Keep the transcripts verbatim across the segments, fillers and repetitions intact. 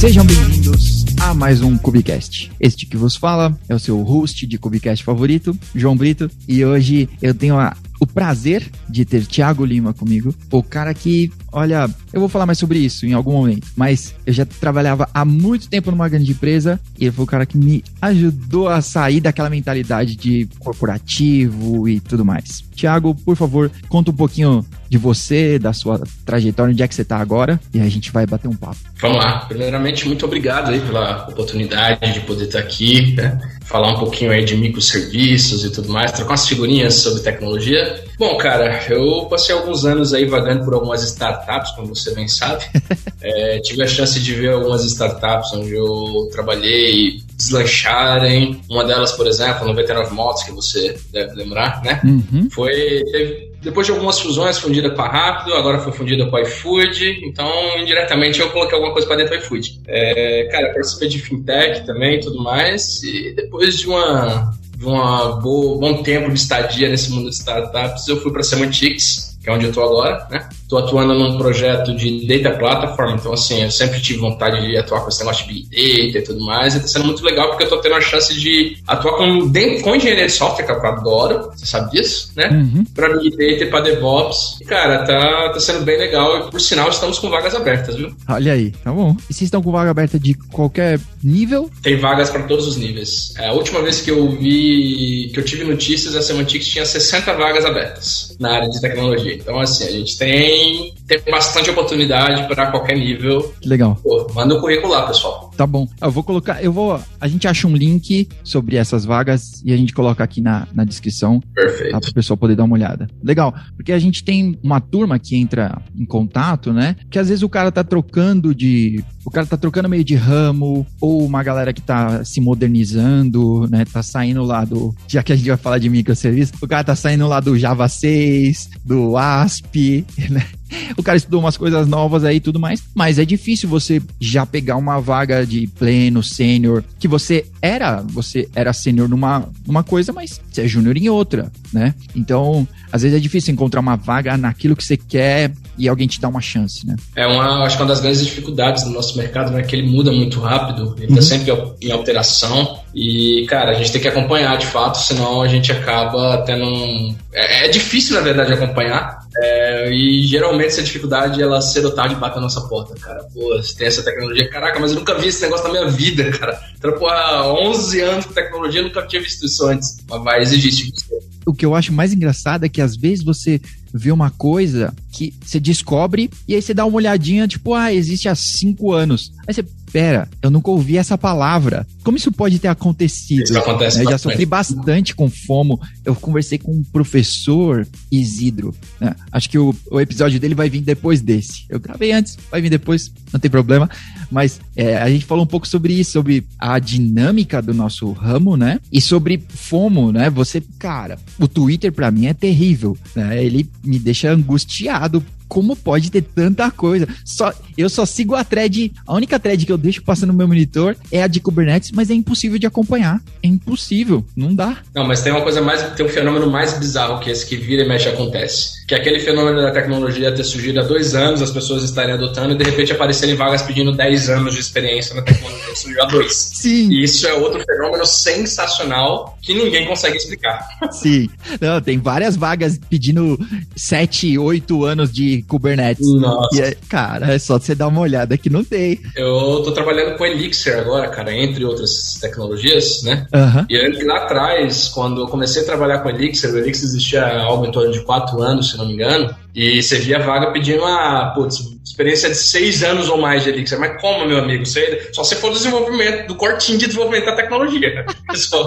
Sejam bem-vindos a mais um Cubicast. Este que vos fala é o seu host de Cubicast favorito, João Brito, e hoje eu tenho a, o prazer de ter Thiago Lima comigo, o cara que, olha, eu vou falar mais sobre isso em algum momento, mas eu já trabalhava há muito tempo numa grande empresa e ele foi o cara que me ajudou a sair daquela mentalidade de corporativo e tudo mais. Thiago, por favor, conta um pouquinho de você, da sua trajetória, onde é que você está agora, e a gente vai bater um papo. Vamos lá. Primeiramente, muito obrigado aí pela oportunidade de poder estar aqui, né? Falar um pouquinho aí de microserviços e tudo mais, trocar umas figurinhas sobre tecnologia. Bom, cara, eu passei alguns anos aí vagando por algumas startups, como você bem sabe. É, tive a chance de ver algumas startups onde eu trabalhei deslancharem. Uma delas, por exemplo, noventa e nove Motos, que você deve lembrar, né? Uhum. Foi, teve, depois de algumas fusões, fundida com a Rápido, agora foi fundida com a iFood, então indiretamente eu coloquei alguma coisa para dentro do iFood. É, cara, participei de fintech também e tudo mais, e depois de uma, de uma boa, bom tempo de estadia nesse mundo de startups, eu fui para a Semantics, que é onde eu estou agora, né? Estou atuando num projeto de Data Platform, então assim, eu sempre tive vontade de atuar com esse negócio de Big Data e tudo mais, e está sendo muito legal porque eu estou tendo a chance de atuar com, com engenharia de software, que eu adoro, você sabe disso, né? Uhum. Para Big Data e para DevOps. E cara, tá, tá sendo bem legal e por sinal estamos com vagas abertas, viu? Olha aí, tá bom. E vocês estão com vaga aberta de qualquer nível? Tem vagas para todos os níveis. É, a última vez que eu vi, que eu tive notícias, a Semantics tinha sessenta vagas abertas na área de tecnologia. Então assim, a gente tem, tem bastante oportunidade para qualquer nível. Legal. Pô, manda o currículo lá, pessoal. Tá bom. Eu vou colocar, eu vou, a gente acha um link sobre essas vagas e a gente coloca aqui na, na descrição. Perfeito. Para o pessoal poder dar uma olhada. Legal, porque a gente tem uma turma que entra em contato, né? Que às vezes o cara tá trocando de, o cara tá trocando meio de ramo, ou uma galera que tá se modernizando, né? Tá saindo lá do, já que a gente vai falar de microserviço, o cara tá saindo lá do Java seis, do A S P, né? O cara estudou umas coisas novas aí e tudo mais, mas é difícil você já pegar uma vaga de pleno, sênior, que você era, você era sênior numa, numa coisa, mas você é júnior em outra, né? Então, às vezes é difícil encontrar uma vaga naquilo que você quer e alguém te dá uma chance, né? É uma, acho que uma das grandes dificuldades do nosso mercado, né, que ele muda muito rápido, ele uhum. tá sempre em alteração e, cara, a gente tem que acompanhar de fato, senão a gente acaba tendo um... É, é difícil, na verdade, acompanhar. É, e geralmente essa dificuldade ela cedo ou tarde bate na nossa porta, cara. Pô, você tem essa tecnologia, caraca, mas eu nunca vi esse negócio na minha vida, cara. Então, há onze anos com tecnologia, eu nunca tinha visto isso antes, mas vai exigir isso de você. O que eu acho mais engraçado é que às vezes você vê uma coisa que você descobre e aí você dá uma olhadinha, tipo, ah, existe há cinco anos. Aí você, pera, eu nunca ouvi essa palavra. Como isso pode ter acontecido? Isso acontece né? Eu já sofri bastante com FOMO. Eu conversei com um professor, Isidro, né? Acho que o, o episódio dele vai vir depois desse. Eu gravei antes, vai vir depois, não tem problema. Mas é, a gente falou um pouco sobre isso, sobre a dinâmica do nosso ramo, né? E sobre FOMO, né? Você, cara, o Twitter pra mim é terrível, né? Ele me deixa angustiado. Como pode ter tanta coisa? Só, eu só sigo a thread, a única thread que eu deixo passando no meu monitor é a de Kubernetes, mas é impossível de acompanhar. É impossível, não dá. Não, mas tem uma coisa mais, tem um fenômeno mais bizarro que esse que vira e mexe acontece. Que é aquele fenômeno da tecnologia ter surgido há dois anos, as pessoas estarem adotando e de repente aparecerem vagas pedindo dez anos de experiência na tecnologia que surgiu há dois. Sim. E isso é outro fenômeno sensacional que ninguém consegue explicar. Sim. Não, tem várias vagas pedindo sete, oito anos de Kubernetes. Nossa. E é, cara, é só você dar uma olhada que não tem. Eu tô trabalhando com Elixir agora, cara, entre outras tecnologias, né? Uhum. E eu lembro que lá atrás, quando eu comecei a trabalhar com Elixir, o Elixir existia há algo em torno de quatro anos, se não me engano, e você via vaga pedindo uma, putz, experiência de seis anos ou mais de Elixir. Mas como, meu amigo? Você, só se for do desenvolvimento, do cortinho de desenvolvimento da tecnologia. Só.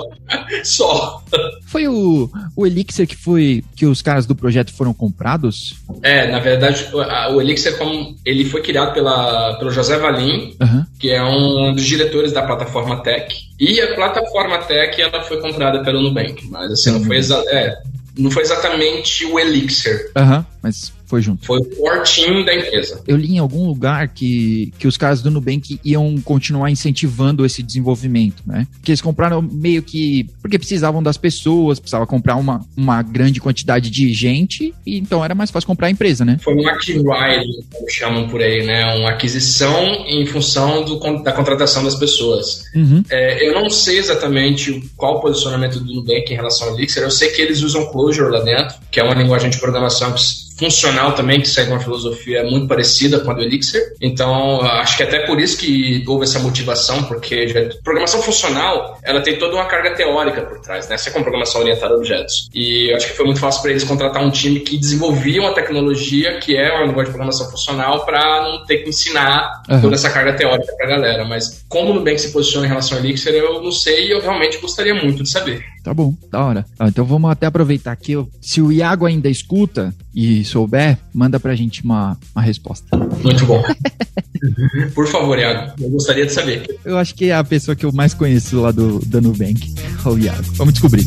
Só. Foi o, o Elixir que foi que os caras do projeto foram comprados? É, na verdade, o, o Elixir, como ele foi criado pela, pelo José Valim, uhum. que é um dos diretores da plataforma Tech. E a plataforma Tech ela foi comprada pelo Nubank. Mas assim, uhum. não foi exa- é, não foi exatamente o Elixir. Aham, uhum, mas Foi junto. Foi o core team da empresa. Eu li em algum lugar que, que os caras do Nubank iam continuar incentivando esse desenvolvimento, né? Que eles compraram meio que... Porque precisavam das pessoas, precisava comprar uma, uma grande quantidade de gente, e então era mais fácil comprar a empresa, né? Foi um acquire, como chamam por aí, né? Uma aquisição em função do, da contratação das pessoas. Uhum. É, eu não sei exatamente qual o posicionamento do Nubank em relação ao Elixir. Eu sei que eles usam Clojure lá dentro, que é uma linguagem de programação funcional também, que segue uma filosofia muito parecida com a do Elixir. Então, acho que até por isso que houve essa motivação, porque já, programação funcional, ela tem toda uma carga teórica por trás, né? Você é com programação orientada a objetos. E eu acho que foi muito fácil para eles contratar um time que desenvolvia uma tecnologia que é uma linguagem de programação funcional para não ter que ensinar uhum. toda essa carga teórica para a galera. Mas como o Nubank se posiciona em relação ao Elixir, eu não sei e eu realmente gostaria muito de saber. Tá bom, da hora. Ah, então vamos até aproveitar aqui. Se o Iago ainda escuta e souber, manda pra gente uma, uma resposta. Muito bom. Por favor, Iago, eu gostaria de saber. Eu acho que é a pessoa que eu mais conheço lá do, do Nubank, o Iago. Vamos descobrir.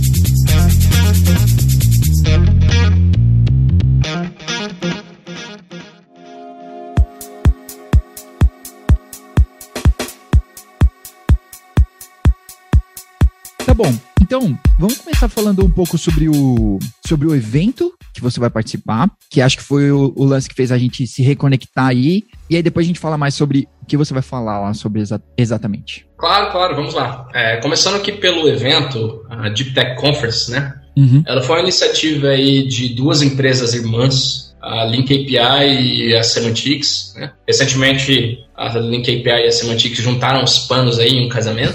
Tá bom, então vamos começar falando um pouco sobre o, sobre o evento que você vai participar, que acho que foi o, o lance que fez a gente se reconectar aí, e aí depois a gente fala mais sobre o que você vai falar lá sobre exa- exatamente. Claro, claro, vamos lá. É, começando aqui pelo evento, a Deep Tech Conference, né? Uhum. Ela foi uma iniciativa aí de duas empresas irmãs, a Link A P I e a Semantics, né? Recentemente, a Link A P I e a Semantics juntaram os panos aí em um casamento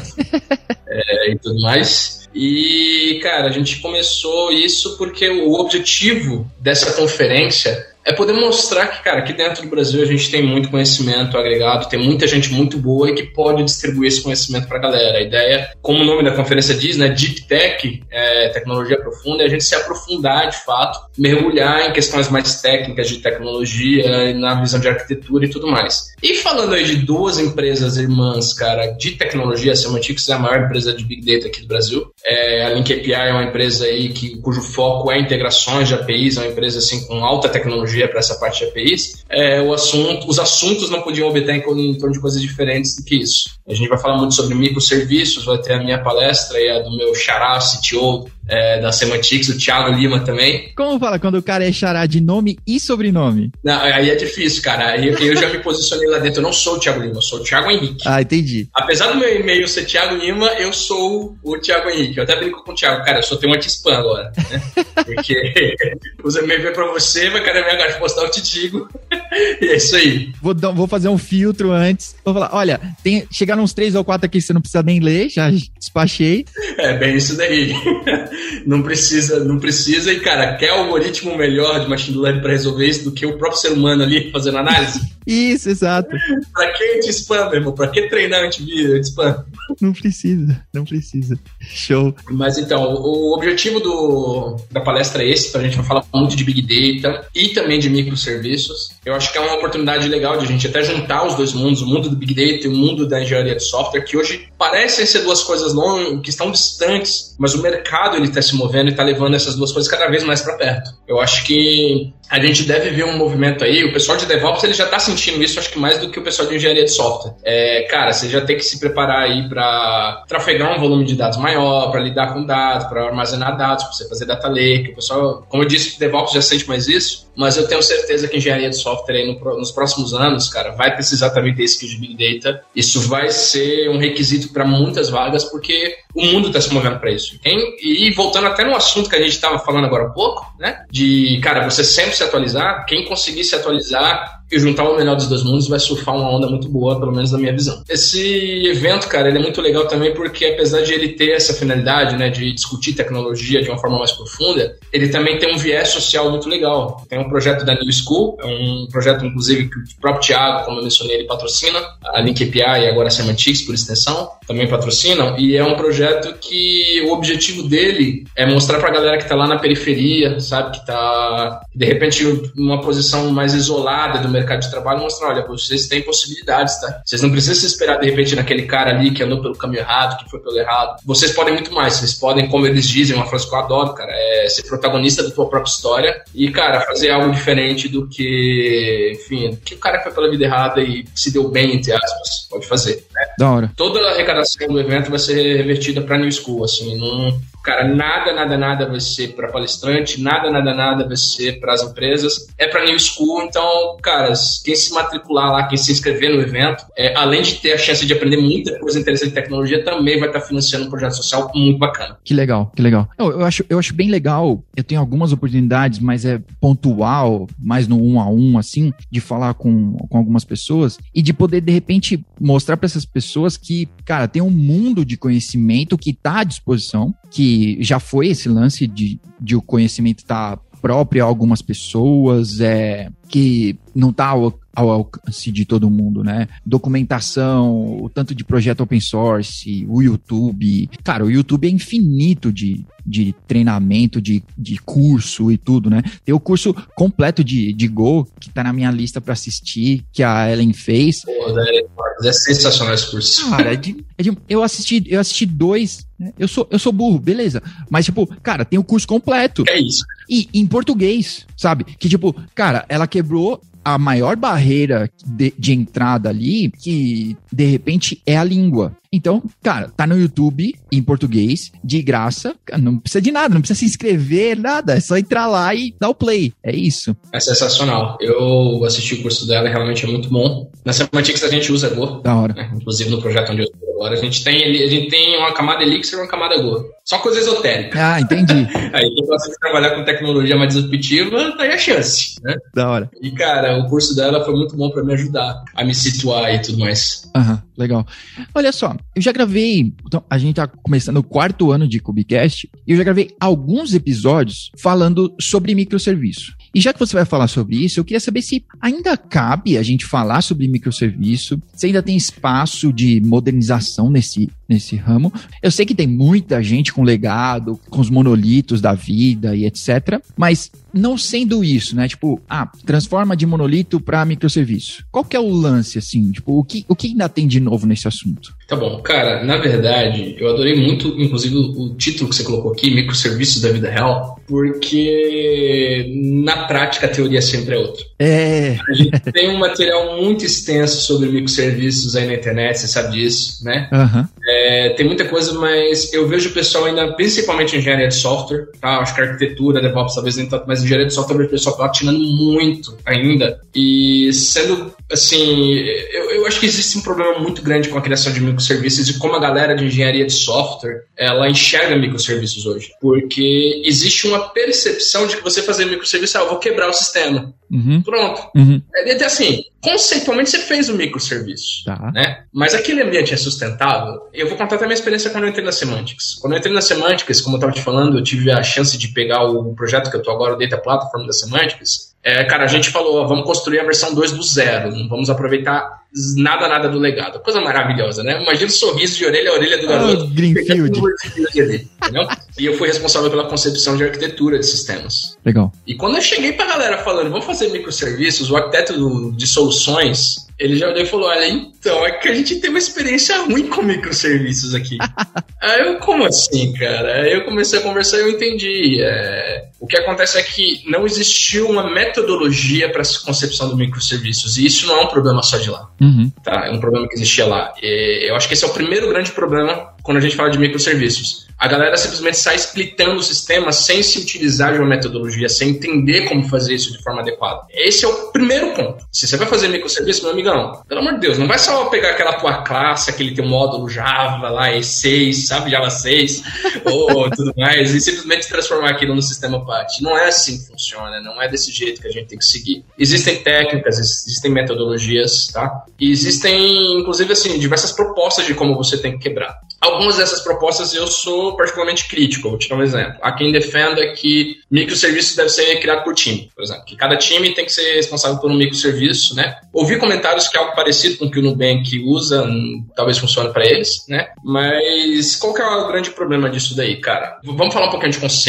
é, e tudo mais. E, cara, a gente começou isso porque o objetivo dessa conferência é poder mostrar que, cara, aqui dentro do Brasil a gente tem muito conhecimento agregado, tem muita gente muito boa e que pode distribuir esse conhecimento pra galera. A ideia, como o nome da conferência diz, né, Deep Tech, é, tecnologia profunda, é a gente se aprofundar de fato, mergulhar em questões mais técnicas de tecnologia, na visão de arquitetura e tudo mais. E falando aí de duas empresas irmãs, cara, de tecnologia, a Semantics é a maior empresa de Big Data aqui do Brasil. É, a Link A P I é uma empresa aí que, cujo foco é integrações de A P Is, é uma empresa assim com alta tecnologia para essa parte de A P Is, é, o assunto, os assuntos não podiam obter em, em torno de coisas diferentes do que isso. A gente vai falar muito sobre microserviços, vai ter a minha palestra e a do meu xará, C T O é, da Semantics, o Thiago Lima também. Como fala quando o cara é xará de nome e sobrenome? Não, aí é difícil, cara. Aí eu já me posicionei lá dentro. Eu não sou o Thiago Lima, eu sou o Thiago Henrique. Ah, entendi. Apesar do meu e-mail ser Thiago Lima, eu sou o Thiago Henrique. Eu até brinco com o Thiago. Cara, eu só tenho um anti-spam agora, né? Porque os e-mails vêm pra você, vai cara minha caixa postal, eu te digo. E é isso aí. Vou, dar, vou fazer um filtro antes. Vou falar, olha, tem, chegaram uns três ou quatro aqui que você não precisa nem ler, já despachei. É, bem isso daí. Não precisa, não precisa. E, cara, quer algoritmo melhor de machine learning pra resolver isso do que o próprio ser humano ali fazendo análise? Isso, exato. Pra que anti-spam, meu irmão? Pra que treinar antivírus, anti-spam? Não precisa, não precisa. Show. Mas então, o objetivo do, da palestra é esse, então a gente vai falar muito de Big Data e também de microserviços. Eu acho que é uma oportunidade legal de a gente até juntar os dois mundos, o mundo do Big Data e o mundo da engenharia de software, que hoje parecem ser duas coisas longas, que estão distantes, mas o mercado ele está se movendo e está levando essas duas coisas cada vez mais para perto. Eu acho que a gente deve ver um movimento aí, o pessoal de DevOps ele já está sentindo isso, acho que mais do que o pessoal de engenharia de software. É, cara, você já tem que se preparar aí para trafegar um volume de dados maior, para lidar com dados, para armazenar dados, para você fazer data lake. O pessoal, como eu disse, o DevOps já sente mais isso, mas eu tenho certeza que engenharia de software aí no, nos próximos anos, cara, vai precisar também ter skill de Big Data. Isso vai ser um requisito para muitas vagas, porque o mundo está se movendo para isso. Quem, e voltando até no assunto que a gente estava falando agora há pouco, né, de, cara, você sempre se atualizar, quem conseguir se atualizar e juntar o melhor dos dois mundos vai surfar uma onda muito boa, pelo menos na minha visão. Esse evento, cara, ele é muito legal também porque, apesar de ele ter essa finalidade, né, de discutir tecnologia de uma forma mais profunda, ele também tem um viés social muito legal. Tem um projeto da New School, é um projeto, inclusive, que o próprio Thiago, como eu mencionei, ele patrocina, a Link A P I e agora a Semantics, por extensão, também patrocinam, e é um projeto que o objetivo dele é mostrar pra galera que tá lá na periferia, sabe, que tá, de repente, numa posição mais isolada do mercado de trabalho, mostrando, olha, vocês têm possibilidades, tá? Vocês não precisam se esperar, de repente, naquele cara ali que andou pelo caminho errado, que foi pelo errado. Vocês podem muito mais, vocês podem, como eles dizem, uma frase que eu adoro, cara, é ser protagonista da tua própria história e, cara, fazer algo diferente do que, enfim, que o cara que foi pela vida errada e se deu bem, entre aspas, pode fazer, né? Da hora. Toda a arrecadação do evento vai ser revertida para New School, assim, não... Cara, nada, nada, nada vai ser para palestrante, nada, nada, nada vai ser para as empresas, é para New School. Então, cara, quem se matricular lá, quem se inscrever no evento, é, além de ter a chance de aprender muita coisa interessante de tecnologia, também vai estar financiando um projeto social muito bacana. Que legal, que legal. Eu, eu, acho, eu acho bem legal, eu tenho algumas oportunidades, mas é pontual, mais no um a um, assim, de falar com, com algumas pessoas e de poder, de repente, mostrar para essas pessoas que, cara, tem um mundo de conhecimento que está à disposição, que já foi esse lance de, de o conhecimento estar próprio a algumas pessoas, é, que não está ao, ao alcance de todo mundo, né? Documentação, o tanto de projeto open source, o YouTube. Cara, o YouTube é infinito de, de treinamento, de, de curso e tudo, né? Tem o curso completo de, de Go, que tá na minha lista para assistir, que a Ellen fez. Pô, é sensacional esse curso. Cara, é de, é de, eu, assisti, eu assisti dois, né? eu, sou, eu sou burro, beleza. Mas, tipo, cara, tem o curso completo. É isso. E em português, sabe? Que, tipo, cara, ela quebrou a maior barreira de, de entrada ali, que de repente é a língua. Então, cara, tá no YouTube, em português, de graça, não precisa de nada, não precisa se inscrever, nada, é só entrar lá e dar o play, é isso. É sensacional, eu assisti o curso dela, realmente é muito bom. Na Semantics a gente usa Go, da hora. Né? Inclusive no projeto onde eu estou agora, a gente tem, a gente tem uma camada Elixir e uma camada Go, só coisa esotérica. Ah, entendi. Aí quem gosta de trabalhar com tecnologia mais disruptiva, tá aí a chance, né? Da hora. E cara, o curso dela foi muito bom pra me ajudar a me situar e tudo mais. Aham, legal. Olha só, eu já gravei, então, a gente tá começando o quarto ano de Kubecast, e eu já gravei alguns episódios falando sobre microserviço. E já que você vai falar sobre isso, eu queria saber se ainda cabe a gente falar sobre microserviço, se ainda tem espaço de modernização nesse, nesse ramo. Eu sei que tem muita gente com legado, com os monolitos da vida e etcétera, mas não sendo isso, né? Tipo, ah, transforma de monolito para microserviço. Qual que é o lance, assim? Tipo, o que, o que ainda tem de novo nesse assunto? Tá bom, cara, na verdade, eu adorei muito, inclusive, o título que você colocou aqui, microserviços da vida real, porque na prática a teoria sempre é outra. É. A gente tem um material muito extenso sobre microserviços aí na internet, você sabe disso, né? Uhum. É, tem muita coisa, mas eu vejo o pessoal ainda, principalmente em engenharia de software, tá? Acho que a arquitetura, DevOps talvez nem tanto, mas em engenharia de software eu vejo o pessoal patinando muito ainda. E sendo, assim, eu, eu acho que existe um problema muito grande com a criação de microserviços e como a galera de engenharia de software, ela enxerga microserviços hoje. Porque existe uma percepção de que você fazer microserviço, ah, eu vou quebrar o sistema. Uhum. Pronto. Uhum. É assim, conceitualmente você fez um microserviço, tá, né? Mas aquele ambiente é sustentável. Eu vou contar até a minha experiência quando eu entrei na Semantics. Quando eu entrei na Semantics, como eu estava te falando, eu tive a chance de pegar o projeto que eu estou agora, o Data Platform da Semantics. É, cara, a gente falou, ó, vamos construir a versão dois do zero, não vamos aproveitar nada, nada do legado. Coisa maravilhosa, né? Imagina o sorriso de orelha a orelha do garoto. Oh, Greenfield. Ali, entendeu? E eu fui responsável pela concepção de arquitetura de sistemas. Legal. E quando eu cheguei pra galera falando, vamos fazer microserviços, o arquiteto do, de soluções, ele já olhou e falou, olha, então, é que a gente tem uma experiência ruim com microserviços aqui. Aí eu, como assim, cara? Aí eu comecei a conversar e eu entendi. É... O que acontece é que não existiu uma metodologia para a concepção do microserviços, e isso não é um problema só de lá. Uhum. Tá? É um problema que existia lá. E eu acho que esse é o primeiro grande problema quando a gente fala de microserviços. A galera simplesmente sai splitando o sistema sem se utilizar de uma metodologia, sem entender como fazer isso de forma adequada. Esse é o primeiro ponto. Se você vai fazer microserviço, meu amigão, pelo amor de Deus, não vai só pegar aquela tua classe, aquele teu módulo Java lá, E seis, sabe, Java seis, ou tudo mais, e simplesmente transformar aquilo no sistema Apache. Não é assim que funciona, não é desse jeito que a gente tem que seguir. Existem técnicas, existem metodologias, tá? E existem, inclusive, assim, diversas propostas de como você tem que quebrar. Algumas dessas propostas eu sou particularmente crítico, vou te dar um exemplo. Há quem defenda que microserviço deve ser criado por time, por exemplo, que cada time tem que ser responsável por um microserviço, né? Ouvi comentários que é algo parecido com o que o Nubank usa, talvez funcione para eles, né? Mas qual que é o grande problema disso daí, cara? Vamos falar um pouquinho de conceito.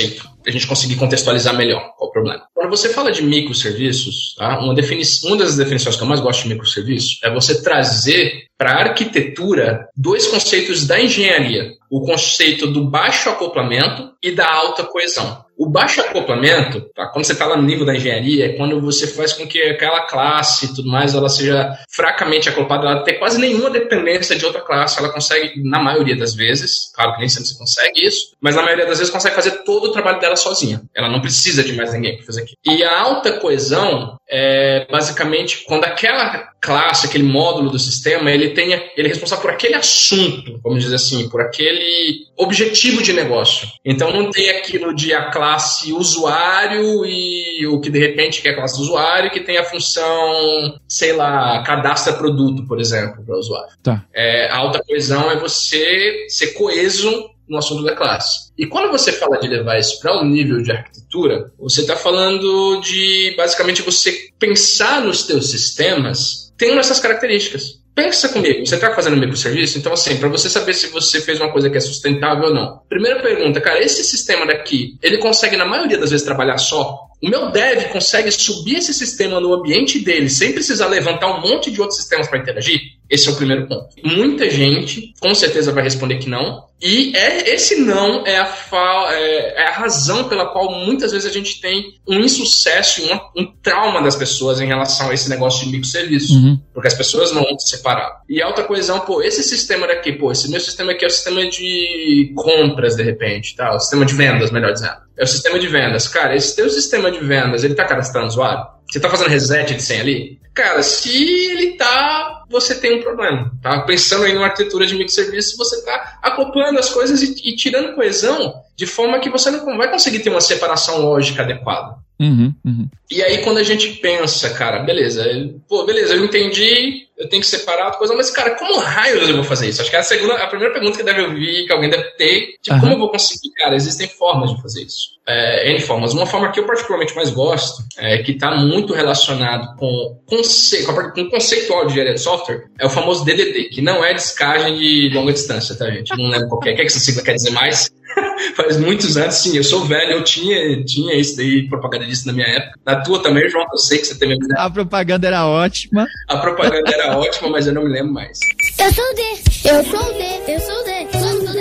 a gente conseguir contextualizar melhor qual o problema. Quando você fala de microserviços, tá? uma, defini- uma das definições que eu mais gosto de microserviço é você trazer para a arquitetura dois conceitos da engenharia. O conceito do baixo acoplamento e da alta coesão. O baixo acoplamento, tá? Quando você está lá no nível da engenharia, é quando você faz com que aquela classe e tudo mais, ela seja fracamente acoplada, ela tem quase nenhuma dependência de outra classe, ela consegue, na maioria das vezes, claro que nem sempre você consegue isso, mas na maioria das vezes consegue fazer todo o trabalho dela sozinha. Ela não precisa de mais ninguém para fazer aquilo. E a alta coesão é basicamente quando aquela classe, aquele módulo do sistema, ele, tenha, ele é responsável por aquele assunto, vamos dizer assim, por aquele objetivo de negócio. Então não tem aquilo de a classe usuário e o que de repente que é a classe usuário que tem a função, sei lá, cadastra produto, por exemplo, para o usuário. Tá. É, a alta coesão é você ser coeso no assunto da classe. E quando você fala de levar isso para um nível de arquitetura, você está falando de, basicamente, você pensar nos teus sistemas tendo essas características. Pensa comigo, você está fazendo microserviço? Então, assim, para você saber se você fez uma coisa que é sustentável ou não. Primeira pergunta, cara, esse sistema daqui, ele consegue, na maioria das vezes, trabalhar só? O meu dev consegue subir esse sistema no ambiente dele sem precisar levantar um monte de outros sistemas para interagir? Esse é o primeiro ponto. Muita gente, com certeza, vai responder que não. E é, esse não é a, fa, é, é a razão pela qual muitas vezes a gente tem um insucesso e um, um trauma das pessoas em relação a esse negócio de microserviço. Uhum. Porque as pessoas não vão se separar. E alta coesão, pô, esse sistema daqui, pô, esse meu sistema aqui é o sistema de compras, de repente, tá? O sistema de vendas, melhor dizendo. É o sistema de vendas. Cara, esse teu sistema de vendas, ele tá cadastrando usuário? Você tá fazendo reset de senha ali? Cara, se ele tá, você tem um problema, tá? Pensando aí numa arquitetura de microserviço, você tá acoplando as coisas e, e tirando coesão de forma que você não vai conseguir ter uma separação lógica adequada. Uhum, uhum. E aí, quando a gente pensa, cara, beleza, pô, beleza, eu entendi, eu tenho que separar a coisa, mas, cara, como raios eu vou fazer isso? Acho que é a, segunda, a primeira pergunta que deve ouvir, que alguém deve ter, tipo, uhum. como eu vou conseguir? Cara, existem formas de fazer isso. É, N formas. Uma forma que eu particularmente mais gosto, é, que está muito relacionado com, conce, com conceitual de engenharia de software, é o famoso D D D, que não é descagem de longa distância, tá, gente? Não lembro qual que é. O que essa sigla quer dizer mais? Faz muitos anos, sim, eu sou velho, eu tinha, tinha isso daí, propaganda disso na minha época. Na tua também, João, eu sei que você teve... A propaganda era ótima. A propaganda era ótima, mas eu não me lembro mais. Eu sou o D, eu sou o D, eu sou o D, sou o D,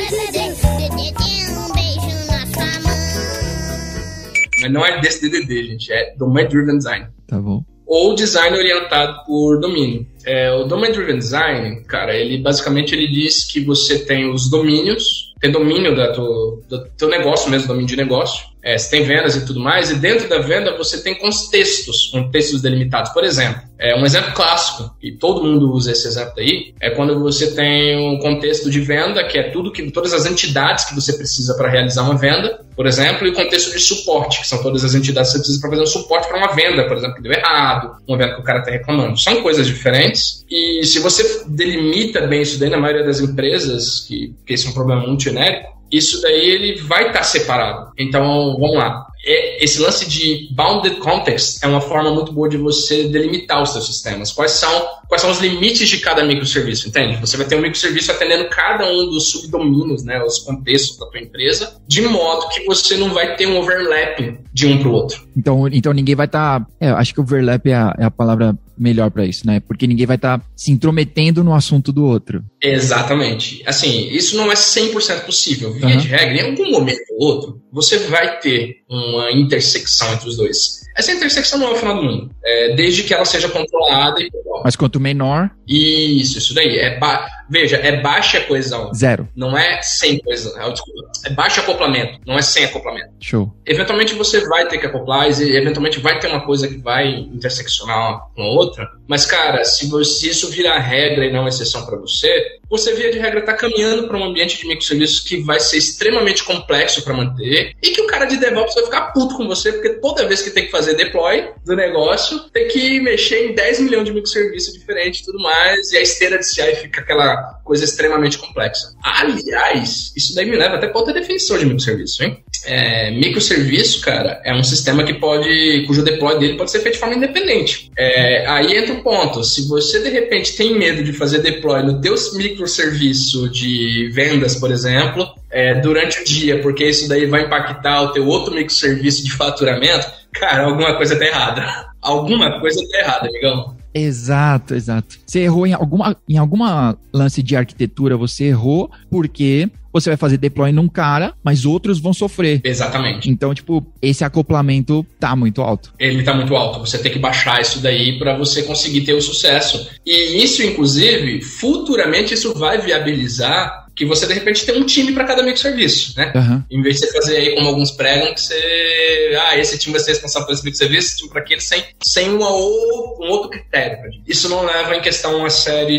um beijo na sua mão. Mas não é desse D D D, gente, é Domain Driven Design. Tá bom. Ou design orientado por domínio. É, o Domain Driven Design, cara, ele basicamente ele diz que você tem os domínios, tem domínio da tua, do teu negócio mesmo, domínio de negócio, é, você tem vendas e tudo mais, e dentro da venda você tem contextos, contextos delimitados. Por exemplo, é um exemplo clássico, e todo mundo usa esse exemplo aí, é quando você tem um contexto de venda, que é tudo que, todas as entidades que você precisa para realizar uma venda, por exemplo, e o contexto de suporte, que são todas as entidades que você precisa para fazer um suporte para uma venda, por exemplo, que deu errado, uma venda que o cara está reclamando. São coisas diferentes, e se você delimita bem isso daí, na maioria das empresas, que, que esse é um problema muito genérico, isso daí ele vai estar separado. Então, vamos lá. Esse lance de bounded context é uma forma muito boa de você delimitar os seus sistemas. Quais são, quais são os limites de cada microserviço, entende? Você vai ter um microserviço atendendo cada um dos subdomínios, né, os contextos da tua empresa, de modo que você não vai ter um overlapping de um para o outro. Então, então ninguém vai estar... Tá, é, acho que overlap é a, é a palavra melhor para isso, né? Porque ninguém vai estar tá se intrometendo no assunto do outro. Exatamente. Assim, isso não é cem por cento possível. Via uhum. de regra, em algum momento ou outro, você vai ter uma intersecção entre os dois. Essa intersecção não é o final do mundo, é, desde que ela seja controlada e... Mas quanto menor... Isso, isso daí. É ba... Veja, é baixa coesão. Zero. Não é sem coesão. É baixo acoplamento, não é sem acoplamento. Show. Eventualmente você vai ter que acoplar, e eventualmente vai ter uma coisa que vai interseccionar com a outra, mas, cara, se, você, se isso virar regra e não exceção para você, você, via de regra, está caminhando para um ambiente de microserviços que vai ser extremamente complexo para manter e que o cara de DevOps vai ficar puto com você, porque toda vez que tem que fazer deploy do negócio, tem que mexer em dez milhões de microserviços diferentes e tudo mais, e a esteira de C I fica aquela coisa extremamente complexa. Aliás, isso daí me leva até para outra definição de microserviço, hein? É, microserviço, cara, é um sistema que pode, cujo deploy dele pode ser feito de forma independente. É, aí entra o ponto, se você de repente tem medo de fazer deploy no teu microserviço de vendas, por exemplo, é, durante o dia, porque isso daí vai impactar o teu outro microserviço de faturamento, cara, alguma coisa tá errada. Alguma coisa tá errada, amigão. Exato, exato. Você errou em alguma, em alguma lance de arquitetura, você errou porque você vai fazer deploy num cara, mas outros vão sofrer. Exatamente. Então, tipo, esse acoplamento tá muito alto. Ele tá muito alto. Você tem que baixar isso daí para você conseguir ter o sucesso. E isso, inclusive, futuramente isso vai viabilizar que você, de repente, tem um time para cada microserviço, né? Uhum. Em vez de você fazer aí, como alguns pregam, que você... Ah, esse time vai ser responsável por esse microserviço, esse time para aquele, sem, sem uma ou, um outro critério. Isso não leva em questão uma série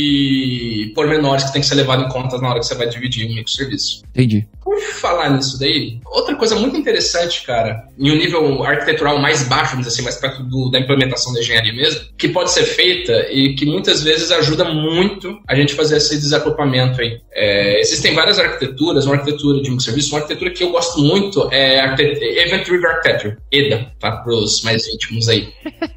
de pormenores que tem que ser levado em conta na hora que você vai dividir um microserviço. Entendi. Por falar nisso daí, outra coisa muito interessante, cara, em um nível arquitetural mais baixo, vamos dizer assim, mais perto do, da implementação da engenharia mesmo, que pode ser feita e que muitas vezes ajuda muito a gente fazer esse desagrupamento aí. É, existem várias arquiteturas, uma arquitetura de microserviço, uma arquitetura que eu gosto muito é Event Driven Architecture, E D A, tá? Para os mais íntimos aí.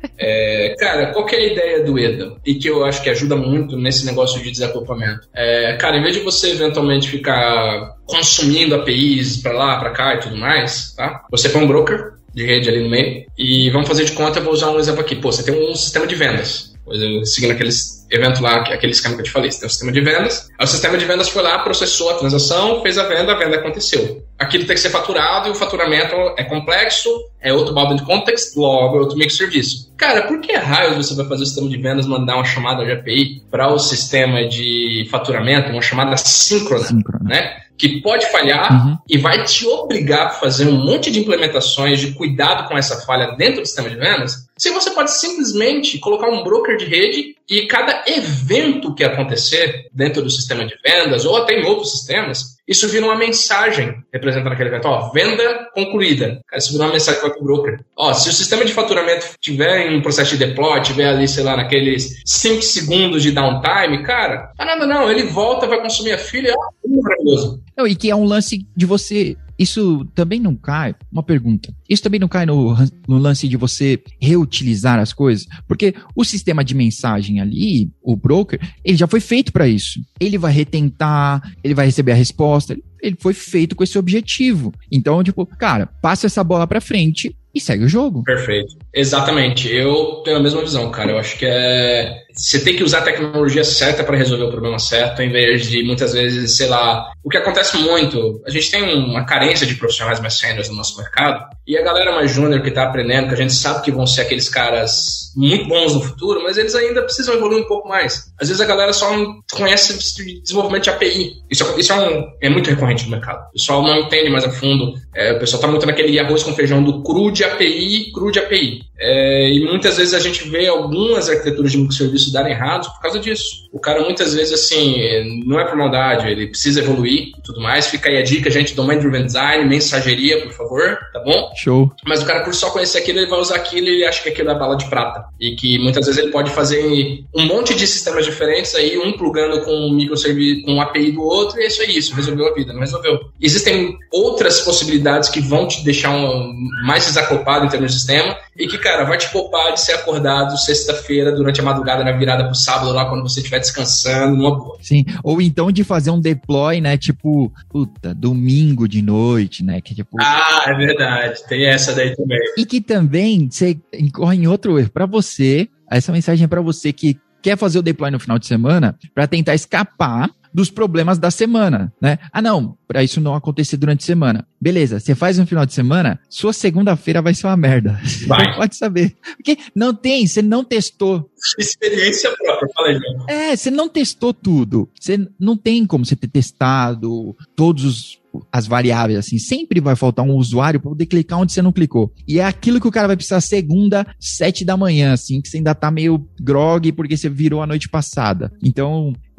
É, cara, qual que é a ideia do E D A? E que eu acho que ajuda muito nesse negócio de desagrupamento. É, cara, em vez de você eventualmente ficar consumindo A P Is pra lá, pra cá e tudo mais, tá? Você põe um broker de rede ali no meio e vamos fazer de conta, eu vou usar um exemplo aqui. Pô, você tem um sistema de vendas. Seguindo aqueles eventos lá, aquele esquema que eu te falei, você tem um sistema de vendas, aí o sistema de vendas foi lá, processou a transação, fez a venda, a venda aconteceu. Aquilo tem que ser faturado e o faturamento é complexo, é outro bounded context, logo é outro microserviço. Cara, por que raios você vai fazer o sistema de vendas mandar uma chamada de A P I para o sistema de faturamento, uma chamada síncrona, síncrona. né? Que pode falhar uhum. e vai te obrigar a fazer um monte de implementações de cuidado com essa falha dentro do sistema de vendas, se você pode simplesmente colocar um broker de rede e cada evento que acontecer dentro do sistema de vendas ou até em outros sistemas, isso vira uma mensagem representando aquele evento. Ó, venda concluída. Cara, isso vira uma mensagem que vai pro broker. Ó, se o sistema de faturamento tiver em um processo de deploy, tiver ali, sei lá, naqueles cinco segundos de downtime, cara, não, nada não, ele volta, vai consumir a filha, ó, é maravilhoso. Não, e que é um lance de você... Isso também não cai, uma pergunta, isso também não cai no, no lance de você reutilizar as coisas? Porque o sistema de mensagem ali, o broker, ele já foi feito para isso. Ele vai retentar, ele vai receber a resposta, ele foi feito com esse objetivo. Então, tipo, cara, passa essa bola pra frente e segue o jogo. Perfeito. Exatamente. Eu tenho a mesma visão, cara. Eu acho que é... Você tem que usar a tecnologia certa para resolver o problema certo, em vez de, muitas vezes, sei lá... O que acontece muito, a gente tem uma carência de profissionais mais seniors no nosso mercado, e a galera mais júnior que tá aprendendo, que a gente sabe que vão ser aqueles caras muito bons no futuro, mas eles ainda precisam evoluir um pouco mais. Às vezes a galera só não conhece desenvolvimento de A P I. Isso, isso é, um, é muito recorrente no mercado. O pessoal não entende mais a fundo. É, o pessoal tá muito naquele arroz com feijão do cru de A P I, cru de A P I. É, e muitas vezes a gente vê algumas arquiteturas de microserviços darem errados por causa disso. O cara muitas vezes, assim, não é por maldade, ele precisa evoluir e tudo mais. Fica aí a dica, gente, Domain Driven Design, mensageria, por favor, tá bom? Show. Mas o cara, por só conhecer aquilo, ele vai usar aquilo e ele acha que aquilo é bala de prata. E que muitas vezes ele pode fazer um monte de sistemas diferentes aí, um plugando com um microserviço, com um A P I do outro, e isso é isso, resolveu a vida, não resolveu. Existem outras possibilidades que vão te deixar um, mais desacoplado em termos de sistema e que, cara, vai te poupar de ser acordado sexta-feira durante a madrugada na virada pro sábado lá, quando você estiver descansando, numa boa. Sim, ou então de fazer um deploy, né, tipo, puta, domingo de noite, né, que tipo... Ah, é verdade, tem essa daí também. E que também você incorre em outro erro. Pra você, essa mensagem é pra você que quer fazer o deploy no final de semana pra tentar escapar dos problemas da semana, né? Ah, não, pra isso não acontecer durante a semana. Beleza, você faz no final de semana, sua segunda-feira vai ser uma merda. Vai. Você pode saber. Porque não tem, você não testou. Experiência própria, fala, João. É, você não testou tudo. Você não tem como você ter testado todos os as variáveis, assim, sempre vai faltar um usuário para poder clicar onde você não clicou. E é aquilo que o cara vai precisar segunda, sete da manhã, assim, que você ainda tá meio grog porque você virou a noite passada. Então,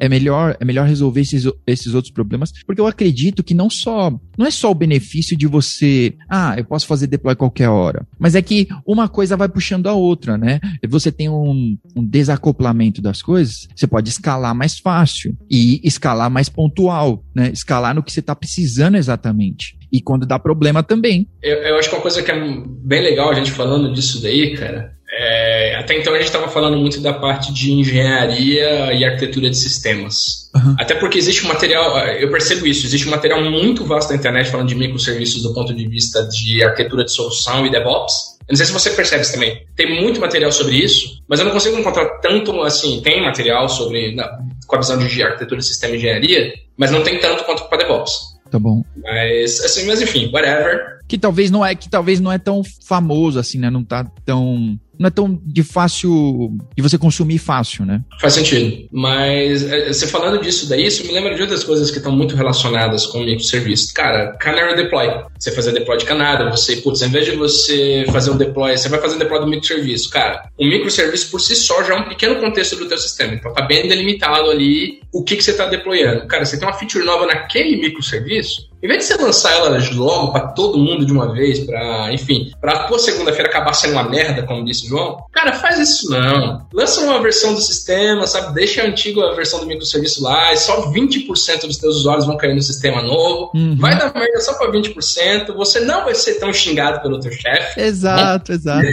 é melhor, é melhor resolver esses, esses outros problemas, porque eu acredito que não só, não é só o benefício de você, ah, eu posso fazer deploy qualquer hora, mas é que uma coisa vai puxando a outra, né? Você tem um, um desacoplamento das coisas, você pode escalar mais fácil e escalar mais pontual, né? Escalar no que você está precisando exatamente. E quando dá problema também. Eu, eu acho que uma coisa que é bem legal a gente falando disso daí, cara, é, até então a gente estava falando muito da parte de engenharia e arquitetura de sistemas. Uhum. Até porque existe um material, eu percebo isso, existe um material muito vasto na internet falando de microserviços do ponto de vista de arquitetura de solução e DevOps. Eu não sei se você percebe isso também. Tem muito material sobre isso, mas eu não consigo encontrar tanto, assim, tem material sobre, na, com a visão de arquitetura de sistema e engenharia, mas não tem tanto quanto para DevOps. Tá bom. Mas, assim, mas enfim, whatever. Que talvez não é, que talvez não é tão famoso, assim, né? Não tá tão... Não é tão de fácil, de você consumir fácil, né? Faz sentido. Mas, você falando disso daí, isso me lembra de outras coisas que estão muito relacionadas com o microserviço. Cara, Canary Deploy. Você fazer deploy de Canary, você, putz, ao invés de você fazer um deploy, você vai fazer um deploy do microserviço. Cara, o microserviço por si só já é um pequeno contexto do teu sistema. Então, tá bem delimitado ali o que, que você está deployando. Cara, você tem uma feature nova naquele microserviço, em vez de você lançar ela logo para todo mundo de uma vez, para, enfim, para a tua segunda-feira acabar sendo uma merda, como disse o João, cara, faz isso não. Lança uma versão do sistema, sabe? Deixa a antiga versão do microserviço lá e só vinte por cento dos teus usuários vão cair no sistema novo. Uhum. Vai dar merda só para vinte por cento. Você não vai ser tão xingado pelo teu chefe. Exato, né? Exato.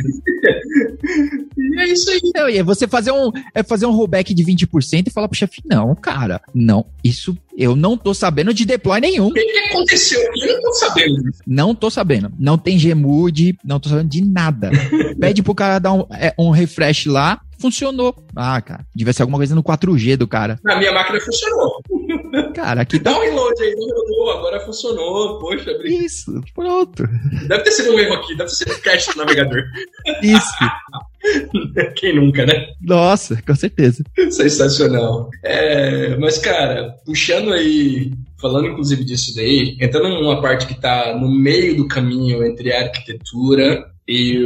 E é isso aí. Não, e é você fazer um, é fazer um rollback de vinte por cento e falar pro chefe, não, cara, não, isso eu não tô sabendo de deploy nenhum. O que, que aconteceu? Eu não tô sabendo. Não tô sabendo. Não tem Gmood, não tô sabendo de nada. Pede pro cara dar um, é, um refresh lá, funcionou. Ah, cara, devia ser alguma coisa no quatro G do cara. Na minha máquina funcionou. Cara, aqui dá um reload aí, não agora funcionou, poxa. Isso, pronto. Deve ter sido um erro aqui, deve ter sido um cache do navegador. Isso. Quem nunca, né? Nossa, com certeza. Sensacional. É, mas, cara, puxando aí, falando inclusive disso daí, entrando numa parte que tá no meio do caminho entre a arquitetura e,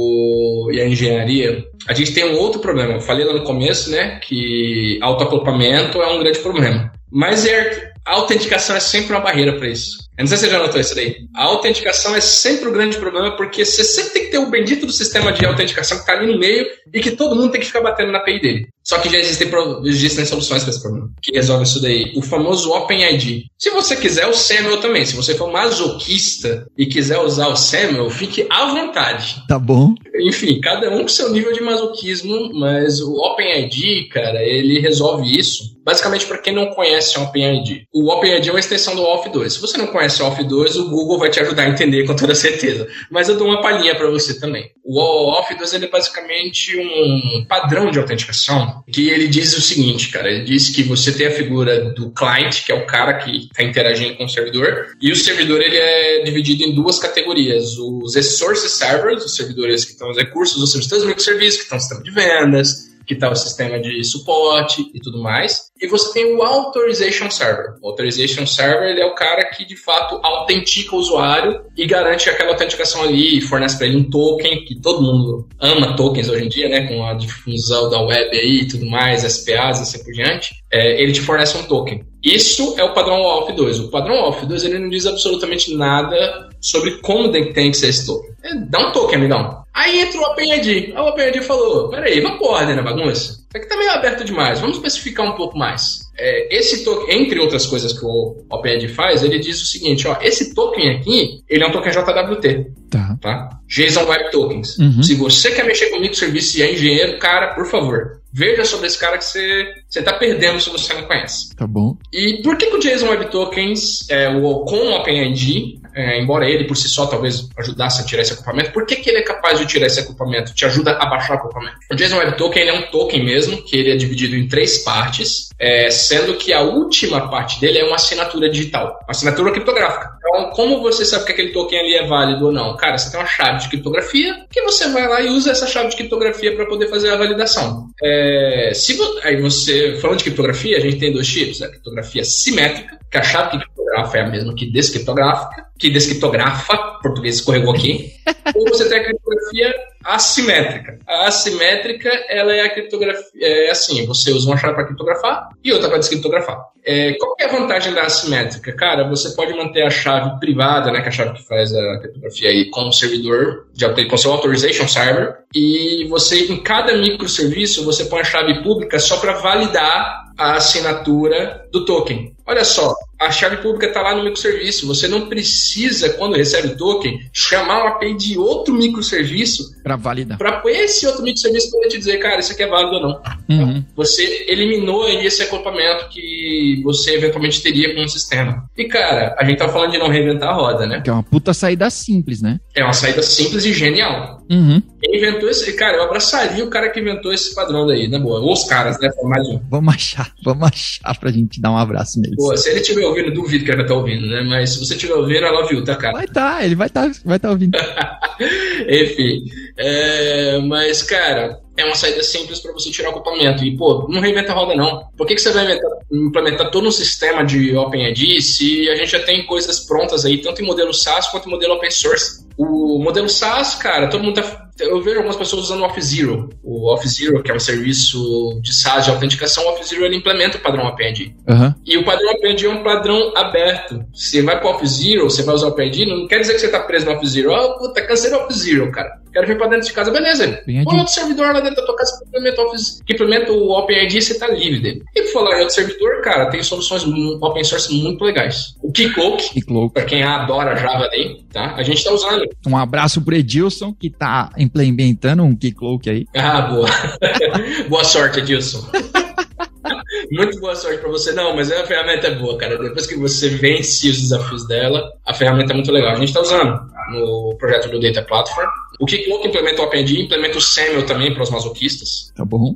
o, e a engenharia, a gente tem um outro problema. Eu falei lá no começo, né, que autoacoplamento é um grande problema. Mas é, a autenticação é sempre uma barreira para isso. Eu não sei se você já notou isso daí. A autenticação é sempre o grande problema, porque você sempre tem que ter o bendito do sistema de autenticação que está ali no meio e que todo mundo tem que ficar batendo na A P I dele. Só que já existem, existem soluções para esse problema, que resolve isso daí. O famoso OpenID. Se você quiser, o SAML também. Se você for masoquista e quiser usar o SAML, fique à vontade. Tá bom. Enfim, cada um com seu nível de masoquismo, mas o OpenID, cara, ele resolve isso. Basicamente, para quem não conhece o OpenID, o OpenID é uma extensão do O Auth dois. Se você não conhece o O Auth dois, o Google vai te ajudar a entender com toda certeza. Mas eu dou uma palhinha para você também. O O Auth dois ele é basicamente um padrão de autenticação que ele diz o seguinte, cara, ele diz que você tem a figura do client, que é o cara que está interagindo com o servidor, e o servidor ele é dividido em duas categorias, os resource servers, os servidores que estão os recursos, os servidores microserviços, que estão no sistema de vendas, que está o sistema de suporte e tudo mais. E você tem o Authorization Server. O Authorization Server ele é o cara que, de fato, autentica o usuário e garante aquela autenticação ali e fornece para ele um token, que todo mundo ama tokens hoje em dia, né? Com a difusão da web aí e tudo mais, S P As e assim por diante. É, ele te fornece um token. Isso é o padrão O Auth dois. O padrão O Auth dois ele não diz absolutamente nada sobre como tem que ser esse token. É, dá um token, amigão. Aí entra o OpenID. O OpenID falou, peraí, vamos pôr ordem na bagunça? Isso aqui tá meio aberto demais, vamos especificar um pouco mais. É, esse token, entre outras coisas que o OpenID faz, ele diz o seguinte, ó, esse token aqui, ele é um token J W T. Tá. Tá? JSON Web Tokens. Uhum. Se você quer mexer com microserviço e é engenheiro, cara, por favor, veja sobre esse cara que você, você tá perdendo se você não conhece. Tá bom. E por que, que o JSON Web Tokens, é, o, com o OpenID, é, embora ele por si só talvez ajudasse a tirar esse acoplamento, por que, que ele é capaz de tirar esse acoplamento? Te ajuda a baixar o acoplamento. O JSON Web Token ele é um token mesmo, que ele é dividido em três partes, é, sendo que a última parte dele é uma assinatura digital, uma assinatura criptográfica. Então, como você sabe que aquele token ali é válido ou não? Cara, você tem uma chave de criptografia que você vai lá e usa essa chave de criptografia para poder fazer a validação. É, se vo... Aí você, falando de criptografia, a gente tem dois tipos, a criptografia simétrica, que é a chave que criptografa é a mesma que descriptográfica, que descriptografa, português escorregou aqui, ou você tem a criptografia assimétrica. A assimétrica, ela é a criptografia, é assim, você usa uma chave para criptografar e outra para descriptografar. É, qual que é a vantagem da assimétrica? Cara, você pode manter a chave privada, né, que é a chave que faz a criptografia aí, com o servidor, de, com o seu authorization server, e você, em cada microserviço, você põe a chave pública só para validar a assinatura do token. Olha só, a chave pública está lá no microserviço. Você não precisa, quando recebe o token, chamar o A P I de outro microserviço para validar. Para esse outro microserviço poder te dizer, cara, isso aqui é válido ou não. Uhum. Você eliminou aí esse acoplamento que você eventualmente teria com o sistema. E, cara, a gente tá falando de não reinventar a roda, né? Que é uma puta saída simples, né? É uma saída simples e genial. Uhum. Quem inventou esse... Cara, eu abraçaria o cara que inventou esse padrão daí, na boa. Ou os caras, né? Foi mais um. Vamos achar, vamos achar pra gente dar um abraço neles. Pô, se ele estiver ouvindo, duvido que ele vai estar ouvindo, né? Mas se você estiver ouvindo, ela ouviu, tá, cara? Vai tá, ele vai tá, vai tá ouvindo. Enfim. É, mas, cara, é uma saída simples para você tirar o acoplamento. E, pô, não reinventa a roda, não. Por que, que você vai inventar, implementar todo um sistema de OpenID se a gente já tem coisas prontas aí, tanto em modelo SaaS quanto em modelo open source? O modelo SaaS, cara, todo mundo tá... Eu vejo algumas pessoas usando o AuthZero. O AuthZero, que é um serviço de SaaS de autenticação, o AuthZero ele implementa o padrão OpenID. Uhum. E o padrão OpenID é um padrão aberto. Você vai para o AuthZero, você vai usar o OpenID, não quer dizer que você tá preso no AuthZero. Ah, oh, puta, cansei do AuthZero, cara. Quero vir para dentro de casa, beleza. Põe outro servidor lá dentro da tua casa que implementa, que implementa o OpenID e você tá livre dele. E por falar em outro servidor, cara, tem soluções open source muito legais. O Keycloak, para quem adora Java aí, tá? A gente tá usando. Um abraço pro Edilson, que tá implementando um Keycloak aí. Ah, boa. Boa sorte, Edilson. Muito boa sorte pra você. Não, mas a ferramenta é boa, cara. Depois que você vence os desafios dela, a ferramenta é muito legal. A gente tá usando no projeto do Data Platform. O Keycloak implementa o OpenID, implementa o SAML também para os masoquistas. Tá bom.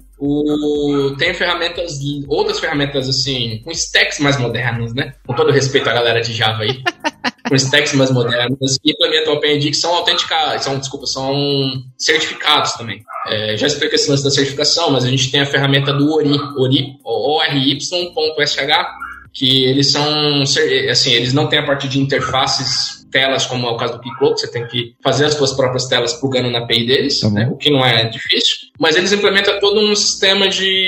O... Tem ferramentas, outras ferramentas assim, com stacks mais modernos, né? Com todo respeito à galera de Java aí. Com stacks mais modernos que implementam o OpenID, que são autenticados, são, desculpa, são certificados também. É, já expliquei esse lance da certificação, mas a gente tem a ferramenta do O R I, O R I, O R Y ponto S H, que eles são, assim, eles não têm a parte de interfaces, telas, como é o caso do Keycloak, você tem que fazer as suas próprias telas plugando na A P I deles, tá, né, o que não é difícil, mas eles implementam todo um sistema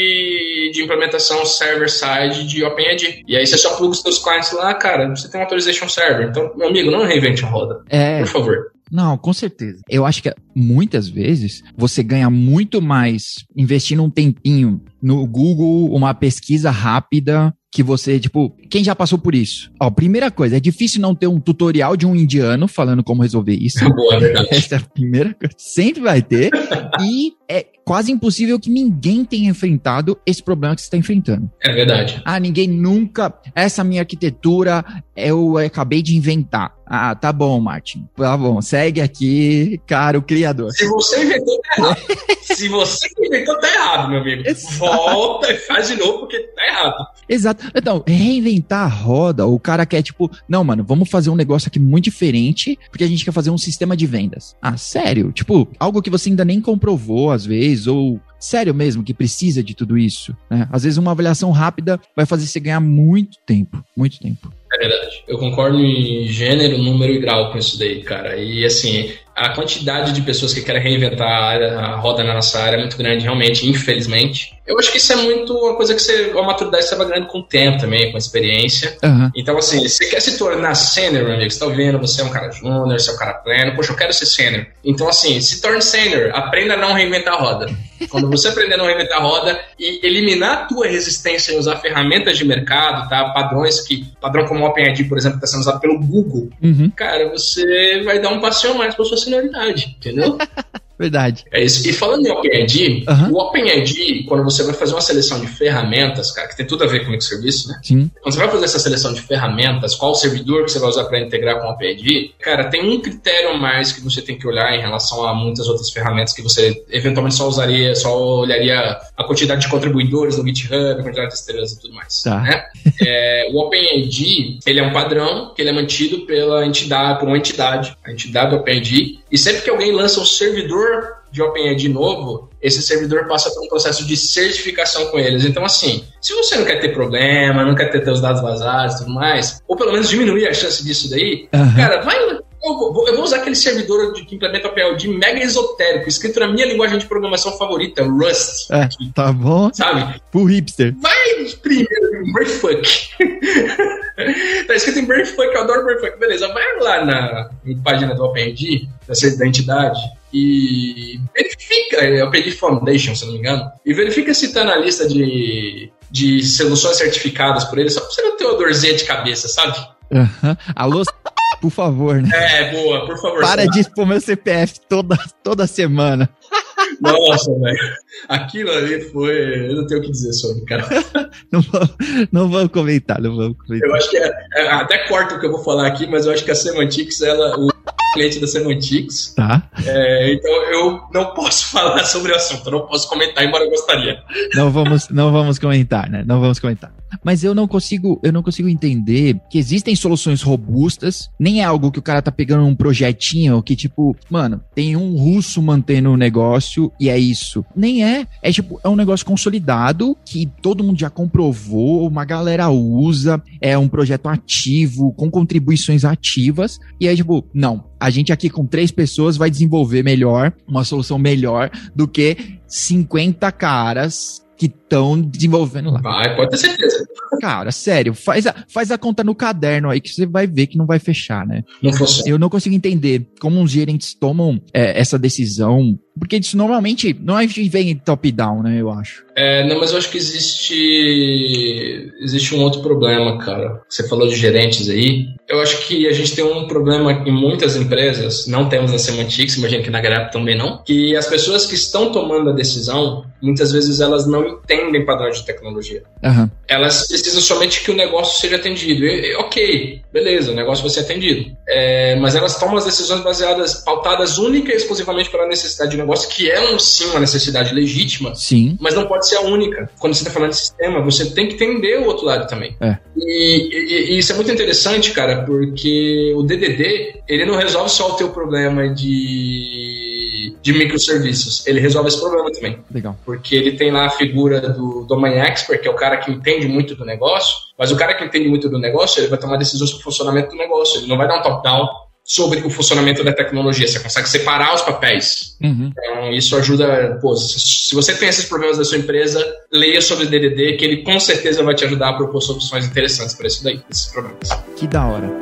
de, de implementação server-side de OpenID. E aí você só pluga os seus clients lá, cara, você tem um authorization server. Então, meu amigo, não reinvente a roda, é... por favor. Não, com certeza. Eu acho que muitas vezes você ganha muito mais investindo um tempinho no Google, uma pesquisa rápida, que você, tipo, quem já passou por isso? Ó, primeira coisa, é difícil não ter um tutorial de um indiano falando como resolver isso. Boa, verdade. Essa é a primeira coisa. Sempre vai ter. E é quase impossível que ninguém tenha enfrentado esse problema que você está enfrentando. É verdade. Ah, ninguém nunca... Essa minha arquitetura eu acabei de inventar. Ah, tá bom, Martin. Tá bom, segue aqui, cara, o criador. Se você inventou, tá errado. Se você inventou, tá errado, meu amigo. Exato. Volta e faz de novo, porque tá errado. Exato. Então, reinventar a roda, o cara quer, tipo, não, mano, vamos fazer um negócio aqui muito diferente, porque a gente quer fazer um sistema de vendas. Ah, sério? Tipo, algo que você ainda nem comprovou, às vezes, ou... Sério mesmo que precisa de tudo isso, né? Às vezes uma avaliação rápida vai fazer você ganhar muito tempo, muito tempo. É verdade. Eu concordo em gênero, número e grau com isso daí, cara. E assim, a quantidade de pessoas que querem reinventar a, área, a roda na nossa área é muito grande, realmente, infelizmente. Eu acho que isso é muito uma coisa que você, a maturidade você vai ganhando com o tempo também, com a experiência. Uhum. Então, assim, você quer se tornar sênior, meu amigo, você tá ouvindo, você é um cara júnior, você é um cara pleno, poxa, eu quero ser sênior. Então, assim, se torne sênior, aprenda a não reinventar a roda. Quando você aprender a não reinventar a roda e eliminar a tua resistência em usar ferramentas de mercado, tá? Padrões que, padrão como o OpenID, por exemplo, que está sendo usado pelo Google, uhum. Cara, você vai dar um passeio a mais para sua senioridade, entendeu? Verdade. É isso. E falando em OpenID, uhum. O OpenID, quando você vai fazer uma seleção de ferramentas, cara, que tem tudo a ver com o microserviço, né? Sim. Quando você vai fazer essa seleção de ferramentas, qual servidor que você vai usar para integrar com o OpenID, cara, tem um critério a mais que você tem que olhar em relação a muitas outras ferramentas que você eventualmente só usaria, só olharia a quantidade de contribuidores no GitHub, a quantidade de estrelas e tudo mais. Tá. Né? É, o OpenID, ele é um padrão que ele é mantido pela entidade, por uma entidade, a entidade do OpenID, e sempre que alguém lança um servidor de OpenED novo, esse servidor passa por um processo de certificação com eles. Então, assim, se você não quer ter problema, não quer ter teus dados vazados e tudo mais, ou pelo menos diminuir a chance disso daí, uhum. cara, vai... Eu vou, eu vou usar aquele servidor de, que implementa OpenED mega esotérico, escrito na minha linguagem de programação favorita, Rust. É, tá bom. Sabe? Full hipster. Vai primeiro em Brainfuck. Tá escrito em Brainfuck, eu adoro Brainfuck. Beleza, vai lá na, na página do OpenED, da entidade, e verifica, é OpenED Foundation, se não me engano, e verifica se tá na lista de, de soluções certificadas por ele, só pra você não ter uma dorzinha de cabeça, sabe? Uhum. Alô, por favor, né? É, boa, por favor. Para de expor meu C P F toda, toda semana. Nossa, velho. Aquilo ali foi... Eu não tenho o que dizer sobre, cara. Não vamos, não vamos comentar, não vamos comentar. Eu acho que... É, é, até corto o que eu vou falar aqui, mas eu acho que a Semantics, ela... O cliente da Semantics. Tá. É, então eu não posso falar sobre o assunto, eu não posso comentar, embora eu gostaria. Não vamos, não vamos comentar, né? Não vamos comentar. Mas eu não consigo, eu não consigo entender que existem soluções robustas, nem é algo que o cara tá pegando um projetinho que tipo, mano, tem um russo mantendo o negócio e é isso. Nem é. É tipo, é um negócio consolidado que todo mundo já comprovou, uma galera usa, é um projeto ativo, com contribuições ativas, e aí tipo, não, a gente aqui com três pessoas vai desenvolver melhor, uma solução melhor do que cinquenta caras que estão desenvolvendo lá. Vai, pode ter certeza. Cara, sério, faz a, faz a conta no caderno aí que você vai ver que não vai fechar, né? Não funciona. Eu não consigo entender como os gerentes tomam é, essa decisão, porque isso normalmente não é que vem top-down, né, eu acho. É, não, mas eu acho que existe existe um outro problema, cara. Você falou de gerentes aí. Eu acho que a gente tem um problema em muitas empresas, não temos na Semantics, imagino que na Grab também não, que as pessoas que estão tomando a decisão, muitas vezes elas não entendem padrões de tecnologia. Uhum. Elas precisam somente que o negócio seja atendido. E, e, ok, beleza, o negócio vai ser atendido. É, mas elas tomam as decisões baseadas, pautadas única e exclusivamente pela necessidade de negócio, que é um, sim uma necessidade legítima, sim, mas não pode ser a única. Quando você está falando de sistema, você tem que entender o outro lado também. É. E, e, e isso é muito interessante, cara, porque o D D D, ele não resolve só o teu problema de, de microserviços, ele resolve esse problema também. Legal. Porque ele tem lá a figura do Domain Expert, que é o cara que entende muito do negócio, mas o cara que entende muito do negócio, ele vai tomar decisões sobre o funcionamento do negócio, ele não vai dar um top-down sobre o funcionamento da tecnologia, você consegue separar os papéis. Uhum. Então, isso ajuda, pô, se você tem esses problemas da sua empresa, leia sobre D D D, que ele com certeza vai te ajudar a propor soluções interessantes para isso daí, esses problemas. Que da hora.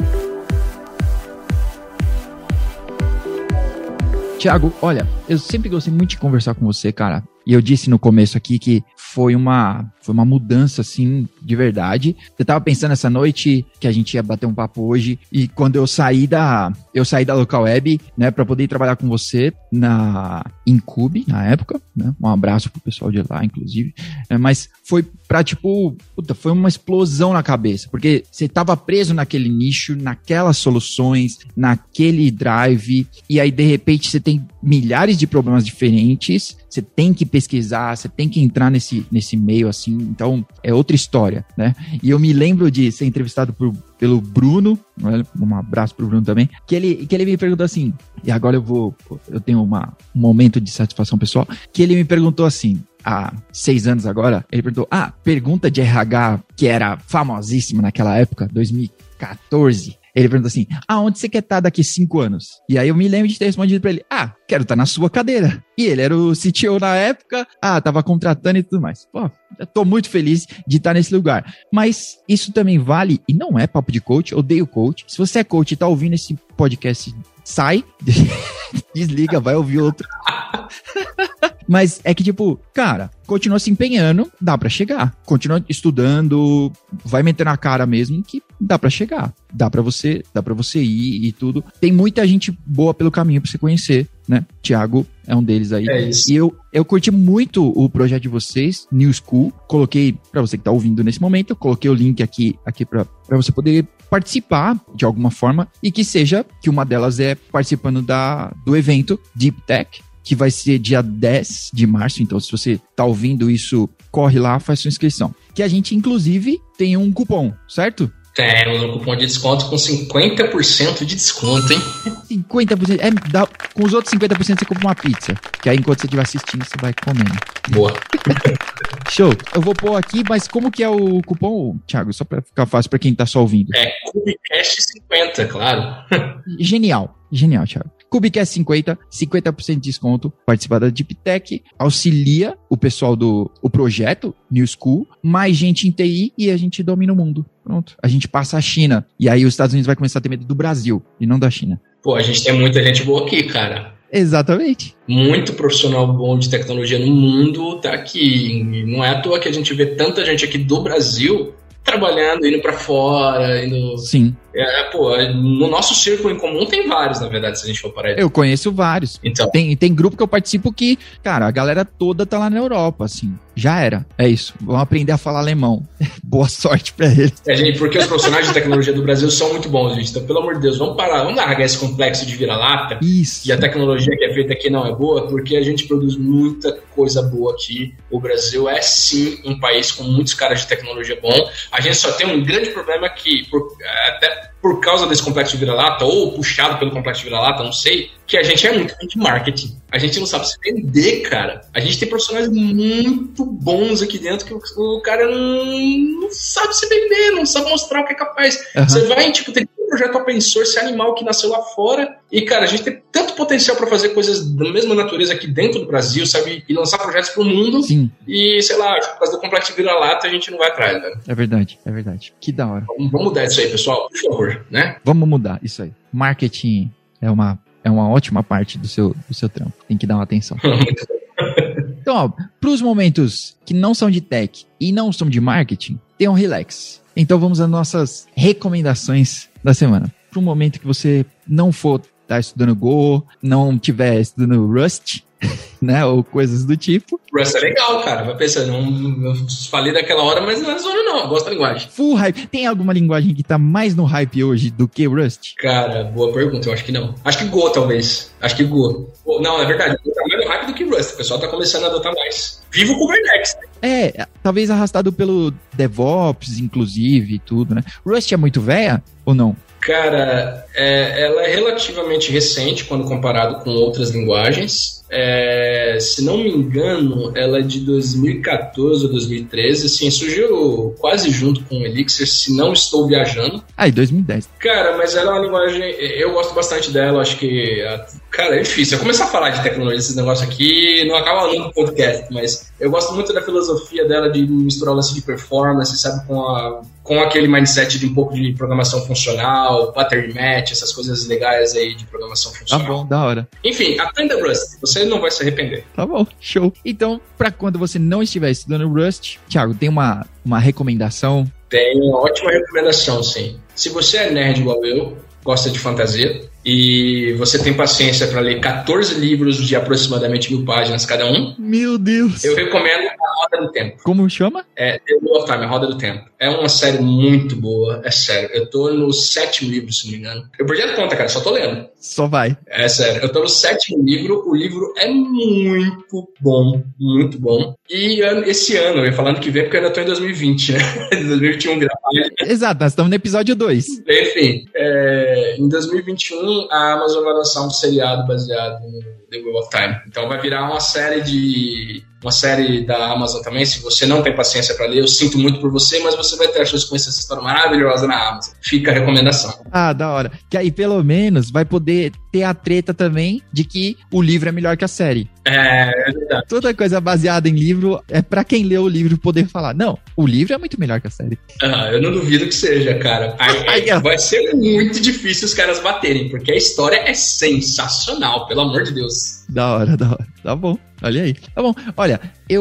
Thiago, olha, eu sempre gostei muito de conversar com você, cara. E eu disse no começo aqui que foi uma, foi uma mudança, assim, de verdade. Eu tava pensando essa noite que a gente ia bater um papo hoje, e quando eu saí da, eu saí da Local Web, né, pra poder ir trabalhar com você na Incube, na época, né, um abraço pro pessoal de lá, inclusive, é, mas foi pra, tipo, puta, foi uma explosão na cabeça, porque você tava preso naquele nicho, naquelas soluções, naquele drive, e aí, de repente, você tem milhares de problemas diferentes, você tem que pesquisar, você tem que entrar nesse, nesse meio, assim, então é outra história, né? E eu me lembro de ser entrevistado por, pelo Bruno, um abraço pro Bruno também, que ele, que ele me perguntou assim, e agora eu vou, eu tenho uma, um momento de satisfação pessoal, que ele me perguntou assim, há seis anos agora, ele perguntou, ah, pergunta de R H que era famosíssima naquela época, dois mil e quatorze, ele perguntou assim, aonde você quer estar daqui cinco anos? E aí eu me lembro de ter respondido pra ele, ah, quero estar na sua cadeira. E ele era o C T O na época, ah, tava contratando e tudo mais. Pô, eu tô muito feliz de estar nesse lugar. Mas isso também vale, e não é papo de coach, eu odeio coach. Se você é coach e tá ouvindo esse podcast, sai, desliga, vai ouvir outro. Mas é que, tipo, cara, continua se empenhando, dá pra chegar. Continua estudando, vai metendo a cara mesmo que dá pra chegar. Dá pra você, dá pra você ir e tudo. Tem muita gente boa pelo caminho pra você conhecer, né? Thiago é um deles aí. É isso. E eu, eu curti muito o projeto de vocês, New School. Coloquei, pra você que tá ouvindo nesse momento, eu coloquei o link aqui, aqui pra, pra você poder participar de alguma forma e que seja, que uma delas é participando da, do evento Deep Tech, que vai ser dia dez de março, então se você tá ouvindo isso, corre lá, faz sua inscrição. Que a gente, inclusive, tem um cupom, certo? Temos um cupom de desconto com cinquenta por cento de desconto, hein? cinquenta por cento. É, dá, com os outros cinquenta por cento você compra uma pizza. Que aí enquanto você estiver assistindo, você vai comendo. Boa. Show. Eu vou pôr aqui, mas como que é o cupom, Thiago? Só pra ficar fácil pra quem tá só ouvindo. É Cubicast cinquenta, claro. Genial. Genial, Thiago. Cubicast cinquenta, cinquenta por cento de desconto, participar da Deep Tech, auxilia o pessoal do o projeto New School, mais gente em T I e a gente domina o mundo. Pronto. A gente passa a China. E aí os Estados Unidos vai começar a ter medo do Brasil e não da China. Pô, a gente tem muita gente boa aqui, cara. Exatamente. Muito profissional bom de tecnologia no mundo tá aqui. Não é à toa que a gente vê tanta gente aqui do Brasil trabalhando, indo pra fora, indo... Sim. É, pô, no nosso círculo em comum tem vários, na verdade, se a gente for parar aí. Eu conheço vários. Então. Tem, tem grupo que eu participo que, cara, a galera toda tá lá na Europa, assim. Já era. É isso. Vão aprender a falar alemão. Boa sorte pra eles. É, gente, porque os profissionais de tecnologia do Brasil são muito bons, gente. Então, pelo amor de Deus, vamos parar, vamos largar esse complexo de vira-lata. Isso. E a tecnologia que é feita aqui não é boa, porque a gente produz muita coisa boa aqui. O Brasil é, sim, um país com muitos caras de tecnologia bom. A gente só tem um grande problema que, por, até por causa desse complexo de vira-lata, ou puxado pelo complexo de vira-lata, não sei, que a gente é muito de marketing. A gente não sabe se vender, cara. A gente tem profissionais muito bons aqui dentro que o, o cara não, não sabe se vender, não sabe mostrar o que é capaz. Uhum. Você vai, tipo, tem um projeto open source animal que nasceu lá fora e, cara, a gente tem tanto potencial para fazer coisas da mesma natureza aqui dentro do Brasil, sabe? E lançar projetos pro mundo. Sim. E, sei lá, por causa do complexo de vira-lata, a gente não vai atrás, velho. É verdade, é verdade. Que da hora. Vamos, vamos mudar isso aí, pessoal, por favor, né? Vamos mudar isso aí. Marketing é uma... É uma ótima parte do seu, do seu trampo. Tem que dar uma atenção. Então, ó, para os momentos que não são de tech e não são de marketing, tem um relax. Então, vamos às nossas recomendações da semana. Para um momento que você não for estar estudando Go, não estiver estudando Rust, né, ou coisas do tipo. Rust é legal, cara. Vai pensando, não, eu falei daquela hora, mas não é zona não. Eu gosto da linguagem. Full hype. Tem alguma linguagem que tá mais no hype hoje do que Rust? Cara, boa pergunta. Eu acho que não. Acho que Go, talvez. Acho que Go. Não, é verdade. Go tá mais no hype do que Rust. O pessoal tá começando a adotar mais. Viva o Kubernetes. É, talvez arrastado pelo DevOps, inclusive, e tudo, né? Rust é muito velha ou não? Cara, é, ela é relativamente recente quando comparado com outras linguagens. É, se não me engano, ela é de dois mil e quatorze ou dois mil e treze, assim, surgiu quase junto com o Elixir, se não estou viajando. Ah, e dois mil e dez. Cara, mas ela é uma linguagem, eu gosto bastante dela, acho que, cara, é difícil. Eu começar a falar de tecnologia, esses negócios aqui, não acaba nunca o podcast, mas eu gosto muito da filosofia dela de misturar o lance de performance, sabe, com, a, com aquele mindset de um pouco de programação funcional, pattern match, essas coisas legais aí de programação funcional. Tá bom, da hora. Enfim, aprenda Rust, você não vai se arrepender. Tá bom, show. Então, pra quando você não estiver estudando Rust, Thiago, tem uma, uma recomendação? Tem uma ótima recomendação, sim. Se você é nerd igual eu, gosta de fantasia, e você tem paciência para ler quatorze livros de aproximadamente mil páginas cada um, meu Deus, eu recomendo A Roda do Tempo. Como chama? É The Wheel of Time, A Roda do Tempo. É uma série muito boa, é sério. Eu tô no sétimo livro, se não me engano. Eu perdi a conta, cara, só tô lendo. Só vai. É sério, eu tô no sétimo livro, o livro é muito bom, muito bom. E esse ano, eu ia falando que vem porque eu ainda tô em dois mil e vinte, né? dois mil e vinte e um gravado. Exato, nós estamos no episódio dois. Enfim, é, em dois mil e vinte e um a Amazon vai lançar um seriado baseado no The Wheel of Time. Então vai virar uma série de... uma série da Amazon também. Se você não tem paciência para ler, eu sinto muito por você, mas você vai ter a chance de conhecer essa história maravilhosa na Amazon. Fica a recomendação. Ah, da hora. Que aí pelo menos vai poder ter a treta também de que o livro é melhor que a série. É, é verdade. Toda coisa baseada em livro é pra quem lê o livro poder falar, não, o livro é muito melhor que a série. Ah, eu não duvido que seja, cara. Aí, aí, vai ser muito difícil os caras baterem, porque a história é sensacional, pelo amor de Deus. Da hora, da hora. Tá bom, olha aí. Tá bom, olha,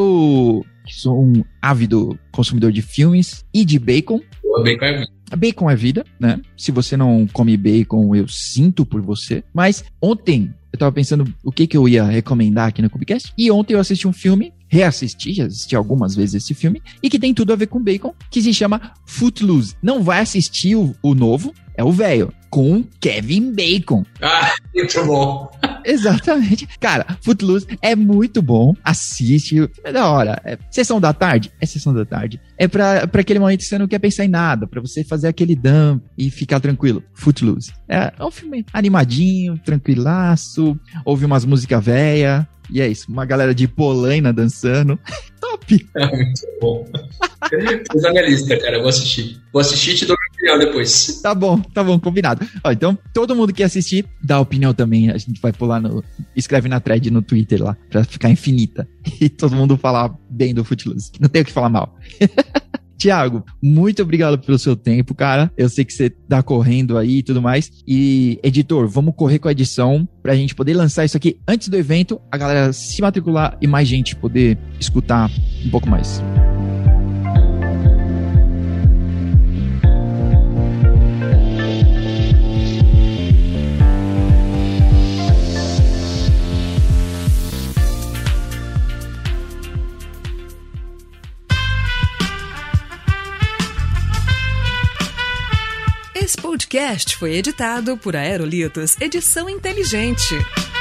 eu sou um ávido consumidor de filmes e de bacon. O bacon é vida. Bacon é vida, né? Se você não come bacon, eu sinto por você. Mas ontem eu tava pensando o que que eu ia recomendar aqui no Cubicast. E ontem eu assisti um filme, reassisti, já assisti algumas vezes esse filme, e que tem tudo a ver com bacon, que se chama Footloose. Não vai assistir o, o novo, é o velho, com Kevin Bacon. Ah, muito bom. Exatamente. Cara, Footloose é muito bom. Assiste. É da hora. É sessão da tarde? É sessão da tarde. É pra, pra aquele momento que você não quer pensar em nada. Pra você fazer aquele dump e ficar tranquilo. Footloose. É, é um filme animadinho, tranquilaço. Ouve umas músicas velhas. E é isso. Uma galera de Polaina dançando. Top. É muito bom. Fiz a minha lista, cara. Eu vou assistir. Vou assistir e te dou minha opinião depois. Tá bom, tá bom, combinado. Ó, então, todo mundo que assistir, dá opinião também. A gente vai pular no... Escreve na thread no Twitter lá, pra ficar infinita. E todo mundo falar bem do Footloose. Não tem o que falar mal. Tiago, muito obrigado pelo seu tempo, cara. Eu sei que você tá correndo aí e tudo mais. E, editor, vamos correr com a edição pra gente poder lançar isso aqui antes do evento, a galera se matricular e mais gente poder escutar um pouco mais. Esse podcast foi editado por Aerolitos Edição Inteligente.